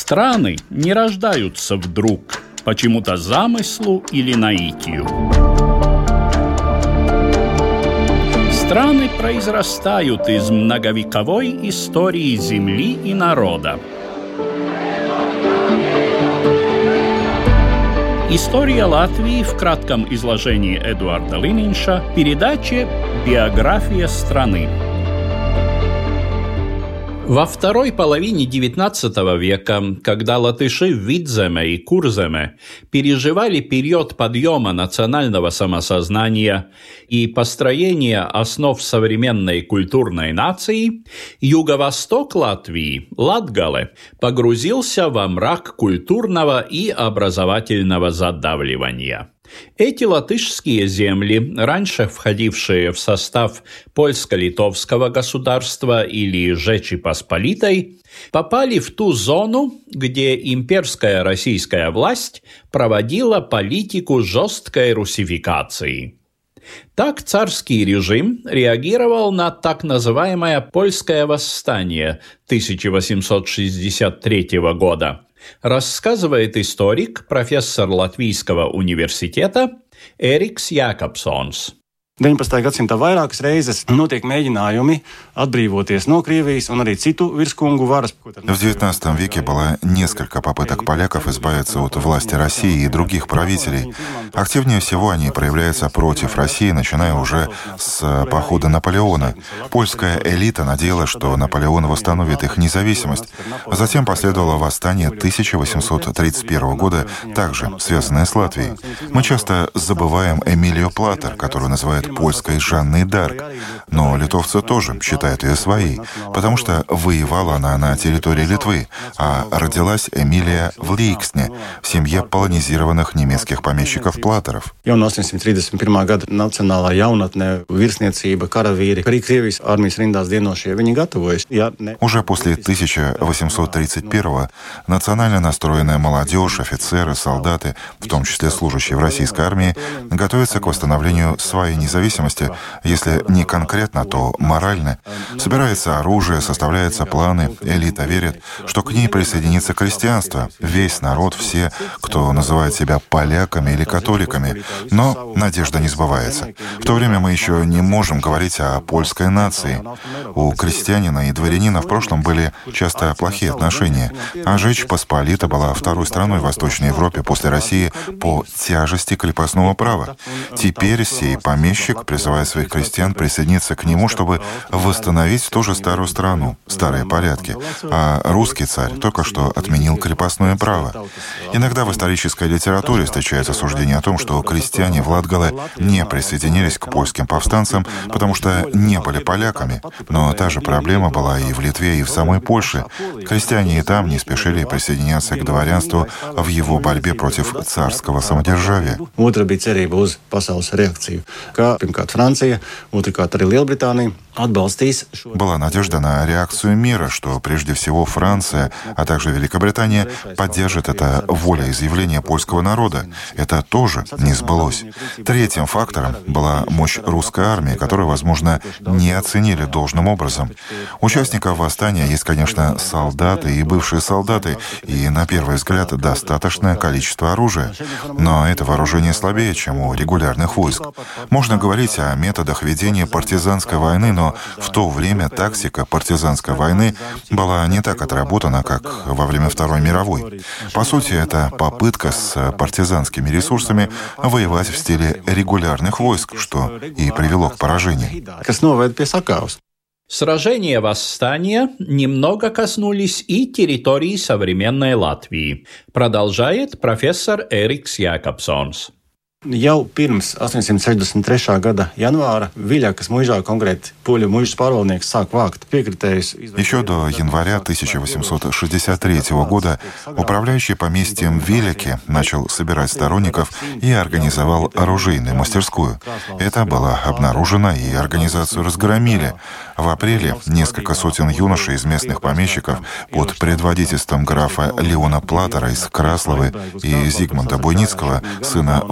Страны не рождаются вдруг, почему-то замыслу или наитию. Страны произрастают из многовековой истории земли и народа. История Латвии в кратком изложении Эдуарда Лининша в передаче «Биография страны». Во второй половине XIX века, когда латыши в Видземе и Курземе переживали период подъема национального самосознания и построения основ современной культурной нации, юго-восток Латвии, Латгале, погрузился во мрак культурного и образовательного задавливания. Эти латышские земли, раньше входившие в состав польско-литовского государства или Жечи Посполитой, попали в ту зону, где имперская российская власть проводила политику жесткой русификации. Так царский режим реагировал на так называемое «Польское восстание» 1863 года, рассказывает историк, профессор Латвийского университета Эриks Jākapsons. 19. gadsimta vairākas reizes notiek mēģinājumi atbrīvoties no Krievijas un arī citu virskungu varas. В XIX веке было несколько попыток поляков избавиться от власти России и других правителей. Активнее всего они проявляются против России, начиная уже с похода Наполеона. Польская элита надеялась, что Наполеон восстановит их независимость. Затем последовало восстание 1831 года, также связанное с Латвией. Мы часто забываем Эмилию Платтер, которую называют польской Жанной д'Арк. Но литовцы тоже считают ее своей, потому что воевала она на территории Литвы, а родилась Эмилия в Līksne, в семье полонизированных немецких помещиков-платтеров. Jau no 831. gada nacionālā jaunatne, virsniecība, karavīri, arī Krievijas armijas rindās dienošie, viņi gatavojas. Уже после 1831-го национально настроенная молодежь, офицеры, солдаты, в том числе служащие в российской армии, готовятся к восстановлению своей независимости, если не конкретно, то морально. Собирается оружие, составляются планы, элита верит, что к ней присоединится крестьянство, весь народ, все, кто называет себя поляками или католиками. Но надежда не сбывается. В то время мы еще не можем говорить о польской нации. У крестьянина и дворянина в прошлом были часто плохие отношения, а Жечь Посполита была второй страной в Восточной Европе после России по тяжести крепостного права. Теперь сей помещик призывает своих крестьян присоединиться к нему, чтобы восстановить ту же старую страну, старые порядки. А русский царь только что отменил крепостное право. Иногда в исторической литературе встречается суждение о том, что крестьяне в Латгале не присоединились к польским повстанцам, потому что не были поляками. Но та же проблема была и в Литве, и в самой Польше. Крестьяне и там не спешили присоединяться к дворянству в его борьбе против царского самодержавия. Pirmkārt, Francija, otrkārt arī Lielbritānija atbalstīs. Была надежда на реакцию мира, что прежде всего Франция, а также Великобритания поддержит это волеизъявление польского народа. Это тоже не сбылось. Третьим фактором была мощь русской армии, которую, возможно, не оценили должным образом. Участников восстания есть, конечно, солдаты и бывшие солдаты, и, на первый взгляд, достаточное количество оружия. Но это вооружение слабее, чем у регулярных войск. Можно говорить о методах ведения партизанской войны, но в то время тактика партизанской войны была не так отработана, как во время Второй мировой. По сути, это попытка с партизанскими ресурсами воевать в стиле регулярных войск, что и привело к поражению. Сражения восстания немного коснулись и территории современной Латвии, продолжает профессор Эриks Jākapsons. Jau pirms 863. gada janvāra Viļakas muižā konkrēti poļu muižas pārvaldnieks sāk vākt piekritējus. Еще до января 1863 года управляющий поместьем Виляки начал собирать сторонников и организовал оружейную мастерскую. Это было обнаружено, и организацию разгромили. В апреле несколько сотен юношей из местных помещиков под предводительством графа Леона Платтера из Красловы и Зигмунда Буйницкого, сына владельца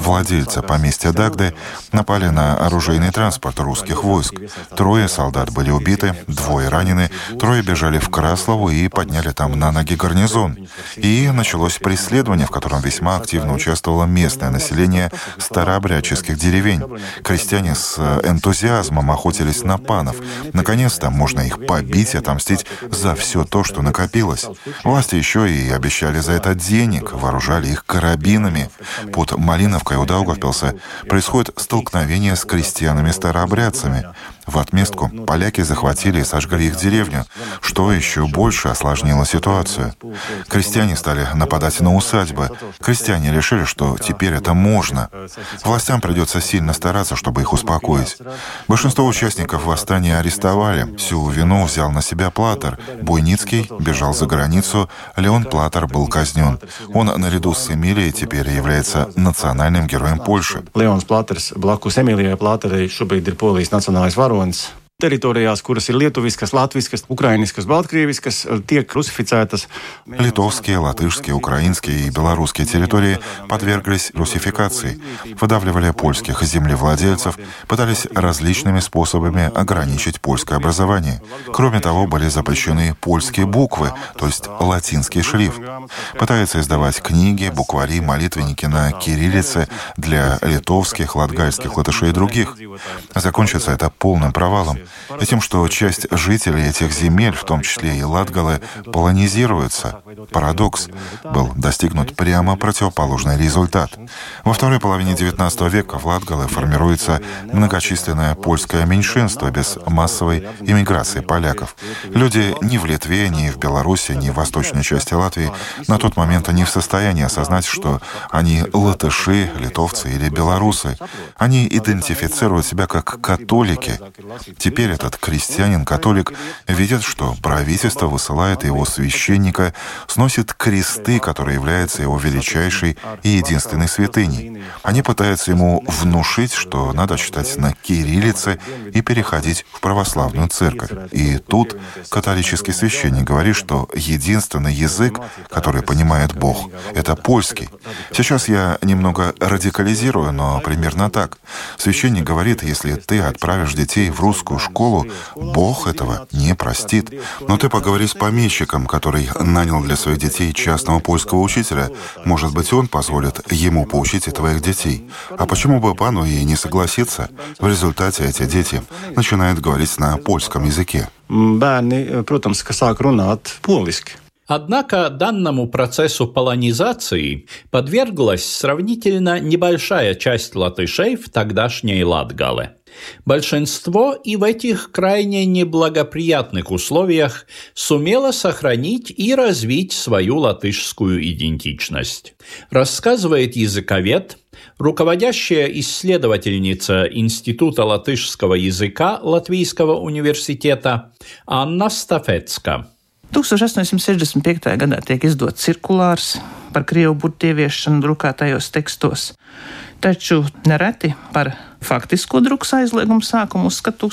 владельца поместья Дагды, напали на оружейный транспорт русских войск. 3 солдат были убиты, 2 ранены, 3 бежали в Краслову и подняли там на ноги гарнизон. И началось преследование, в котором весьма активно участвовало местное население старообрядческих деревень. Крестьяне с энтузиазмом охотились на панов. Наконец-то можно их побить и отомстить за все то, что накопилось. Власти еще и обещали за это денег, вооружали их карабинами. Под Малиновкой у Даугавпилса происходит столкновение с крестьянами-старообрядцами. В отместку поляки захватили и сожгли их деревню, что еще больше осложнило ситуацию. Крестьяне стали нападать на усадьбы. Крестьяне решили, что теперь это можно. Властям придется сильно стараться, чтобы их успокоить. Большинство участников восстания арестовали. Всю вину взял на себя Платер. Буйницкий бежал за границу, Леон Платер был казнен. Он наряду с Эмилией теперь является национальным героем Польши. Leons Platers blakus Emilijai Platerai šobrīd ir Polijas nacionālais varonis. Teritorijās, kuras ir lietuviskas, latviskas, ukrainiskas, baltkrieviskas, tiek русифицētas. Литовские, латышские, украинские и белорусские территории подверглись русификации, выдавливали польских землевладельцев, пытались различными способами ограничить польское образование. Кроме того, были запрещены польские буквы, то есть латинский шрифт. Пытаются издавать книги, буквари, молитвенники на кириллице для литовских, латгальских, латышей и других. Закончится это полным провалом. И тем, что часть жителей этих земель, в том числе и латгалы, полонизируются. Парадокс. Был достигнут прямо противоположный результат. Во второй половине XIX века в Латгале формируется многочисленное польское меньшинство без массовой иммиграции поляков. Люди ни в Литве, ни в Беларуси, ни в восточной части Латвии на тот момент не в состоянии осознать, что они латыши, литовцы или белорусы. Они идентифицируют себя как католики. Теперь этот крестьянин-католик видит, что правительство высылает его священника, сносит кресты, которые являются его величайшей и единственной святыней. Они пытаются ему внушить, что надо читать на кириллице и переходить в православную церковь. И тут католический священник говорит, что единственный язык, который понимает Бог, это польский. Сейчас я немного радикализирую, но примерно так. Священник говорит, если ты отправишь детей в русскую школу, Бог этого не простит. Но ты поговори с помещиком, который нанял для своих детей частного польского учителя. Может быть, он позволит ему поучить и твоих детей. А почему бы пану и не согласиться? В результате эти дети начинают говорить на польском языке. Bērni, protams, ka sāk runāt poliski. Однако данному процессу полонизации подверглась сравнительно небольшая часть латышей в тогдашней Латгале. Большинство и в этих крайне неблагоприятных условиях сумело сохранить и развить свою латышскую идентичность. Рассказывает языковед, руководящая исследовательница Института латышского языка Латвийского университета Анна Stafecka. 1865. gadā tiek izdots cirkulārs par krievu burtu ieviešanu drukātajos tekstos, taču nereti par faktisko drukas aizliegumu sākumu uzskata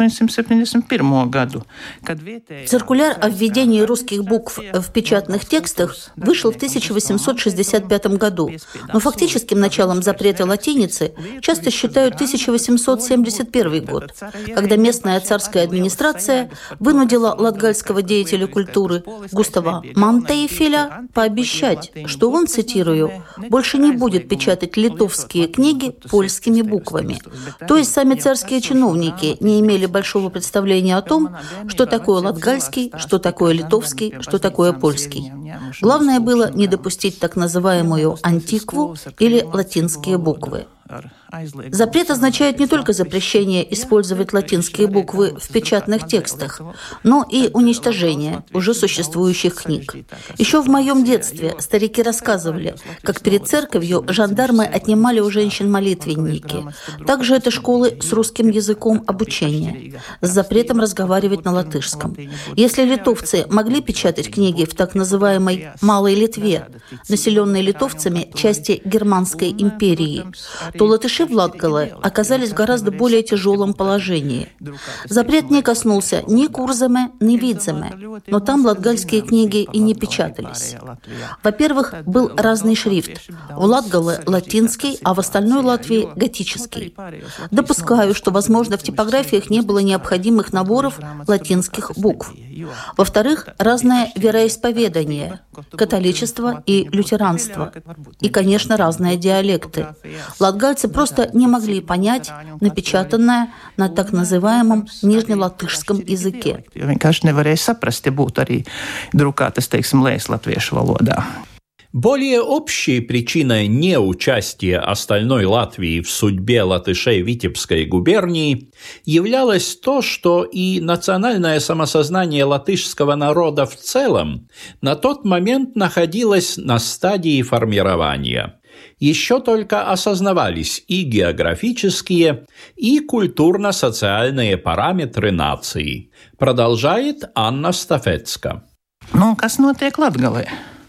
1871. году, kad vietēji... Циркуляр о введении русских букв в печатных текстах вышел в 1865 году, но фактическим началом запрета латиницы часто считают 1871 год, когда местная царская администрация вынудила латгальского деятеля культуры Густава Мантейфеля пообещать, что он, цитирую, «больше не будет печатать литовские книги польскими буквами». То есть сами царские чиновники не имели большого представления о том, что такое латгальский, что такое литовский, что такое польский. Главное было не допустить так называемую антикву или латинские буквы. Запрет означает не только запрещение использовать латинские буквы в печатных текстах, но и уничтожение уже существующих книг. Еще в моем детстве старики рассказывали, как перед церковью жандармы отнимали у женщин молитвенники. Также это школы с русским языком обучения, с запретом разговаривать на латышском. Если литовцы могли печатать книги в так называемой «Малой Литве», населенной литовцами части Германской империи, то латыши в Латгале оказались в гораздо более тяжелом положении. Запрет не коснулся ни Курземе, ни Видземе, но там латгальские книги и не печатались. Во-первых, был разный шрифт. В Латгале латинский, а в остальной Латвии готический. Допускаю, что, возможно, в типографиях не было необходимых наборов латинских букв. Во-вторых, разное вероисповедание, католичество и лютеранство. И, конечно, разные диалекты. Латгальцы просто не могли понять напечатанное на так называемом нижнелатышском языке. Более общей причиной неучастия остальной Латвии в судьбе латышей Витебской губернии являлось то, что и национальное самосознание латышского народа в целом на тот момент находилось на стадии формирования. Еще только осознавались и географические, и культурно-социальные параметры нации, продолжает Анна Стафецка. Kas notiek Latgalē?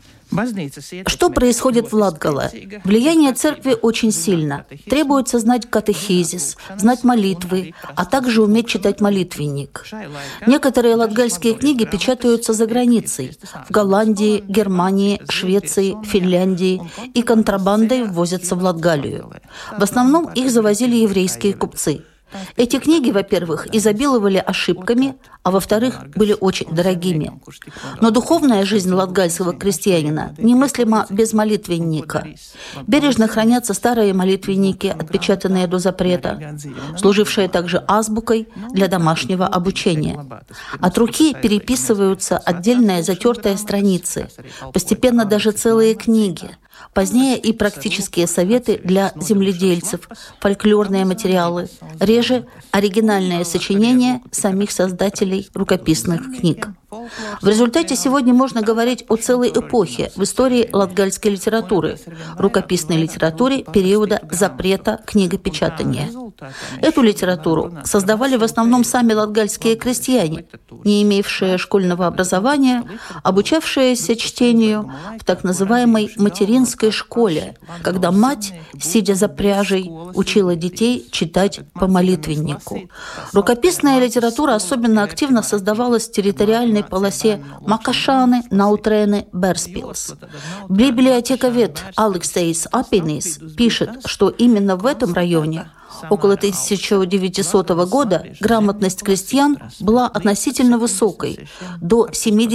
Что происходит в Латгале? Влияние церкви очень сильно. Требуется знать катехизис, знать молитвы, а также уметь читать молитвенник. Некоторые латгальские книги печатаются за границей – в Голландии, Германии, Швеции, Финляндии и контрабандой ввозятся в Латгалию. В основном их завозили еврейские купцы. Эти книги, во-первых, изобиловали ошибками, а во-вторых, были очень дорогими. Но духовная жизнь латгальского крестьянина немыслима без молитвенника. Бережно хранятся старые молитвенники, отпечатанные до запрета, служившие также азбукой для домашнего обучения. От руки переписываются отдельные затертые страницы, постепенно даже целые книги. Позднее и практические советы для земледельцев, фольклорные материалы, реже оригинальные сочинения самих создателей рукописных книг. В результате сегодня можно говорить о целой эпохе в истории латгальской литературы, рукописной литературе периода запрета книгопечатания. Эту литературу создавали в основном сами латгальские крестьяне, не имевшие школьного образования, обучавшиеся чтению в так называемой материнской школе, когда мать, сидя за пряжей, учила детей читать по молитвеннику. Рукописная литература особенно активно создавалась в территориальной полосе Макашаны, Наутрены, Берспилс. Библиотековед Алексейс Апинис пишет, что именно в этом районе около 1900 года грамотность крестьян была относительно высокой, до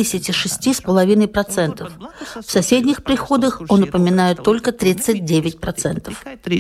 76,5%. В соседних приходах он упоминает только 39%.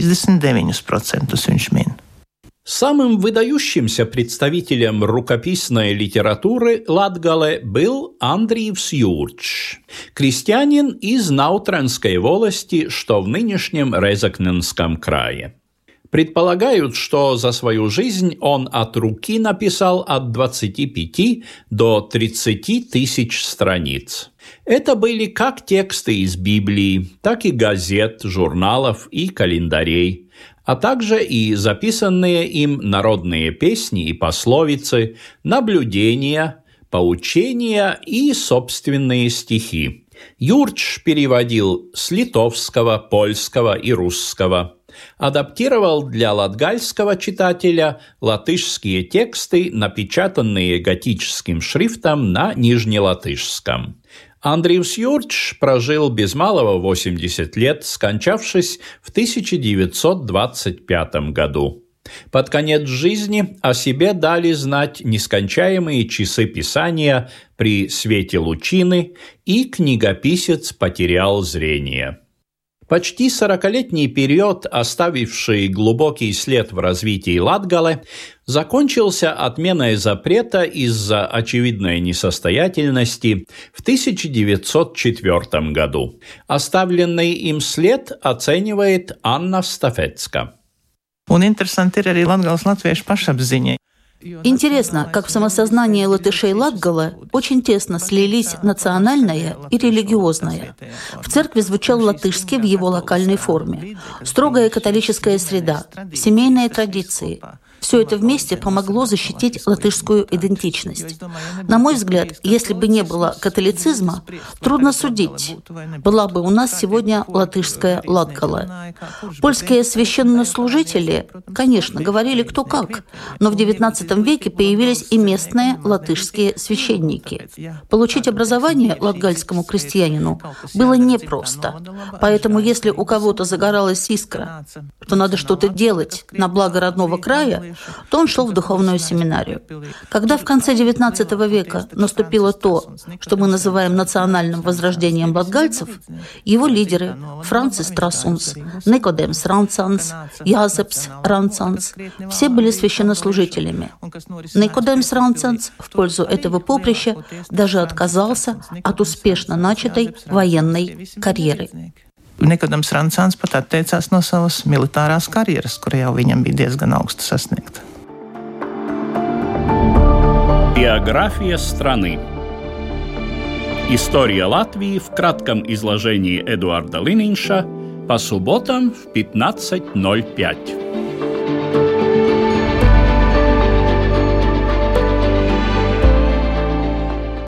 Самым выдающимся представителем рукописной литературы Латгале был Андриевс Юрч, крестьянин из Nautrенской волости, что в нынешнем Резекненском крае. Предполагают, что за свою жизнь он от руки написал от 25 до 30 тысяч страниц. Это были как тексты из Библии, так и газет, журналов и календарей, а также и записанные им народные песни и пословицы, наблюдения, поучения и собственные стихи. Юрч переводил с литовского, польского и русского, адаптировал для латгальского читателя латышские тексты, напечатанные готическим шрифтом на нижнелатышском. Андриевс Юрч прожил без малого 80 лет, скончавшись в 1925 году. Под конец жизни о себе дали знать нескончаемые часы писания при свете лучины, и книгописец потерял зрение. Почти 40-летний период, оставивший глубокий след в развитии Латгале, закончился отменой запрета из-за очевидной несостоятельности в 1904 году. Оставленный им след оценивает Анна Стафецка. Интересно, как в самосознании латышей Латгала очень тесно слились национальное и религиозное. В церкви звучал латышский в его локальной форме. Строгая католическая среда, семейные традиции, Все это вместе помогло защитить латышскую идентичность. На мой взгляд, если бы не было католицизма, трудно судить, была бы у нас сегодня латышская Латгала. Польские священнослужители, конечно, говорили кто как, но в XIX веке появились и местные латышские священники. Получить образование латгальскому крестьянину было непросто. Поэтому, если у кого-то загоралась искра, что надо что-то делать на благо родного края, то он шел в духовную семинарию. Когда в конце XIX века наступило то, что мы называем национальным возрождением латгальцев, его лидеры Францис Трасунс, Никодемс Ранцанс, Язепс Ранцанс все были священнослужителями. Никодемс Ранцанс в пользу этого поприща даже отказался от успешно начатой военной карьеры. Nikodams Rancāns pat atteicās no savas militārās karjeras, kur jau viņam bija diezgan augsta sasniegta. Биография страны. История Латвии в кратком изложении Эдуарда Лининша по субботам в 15:05.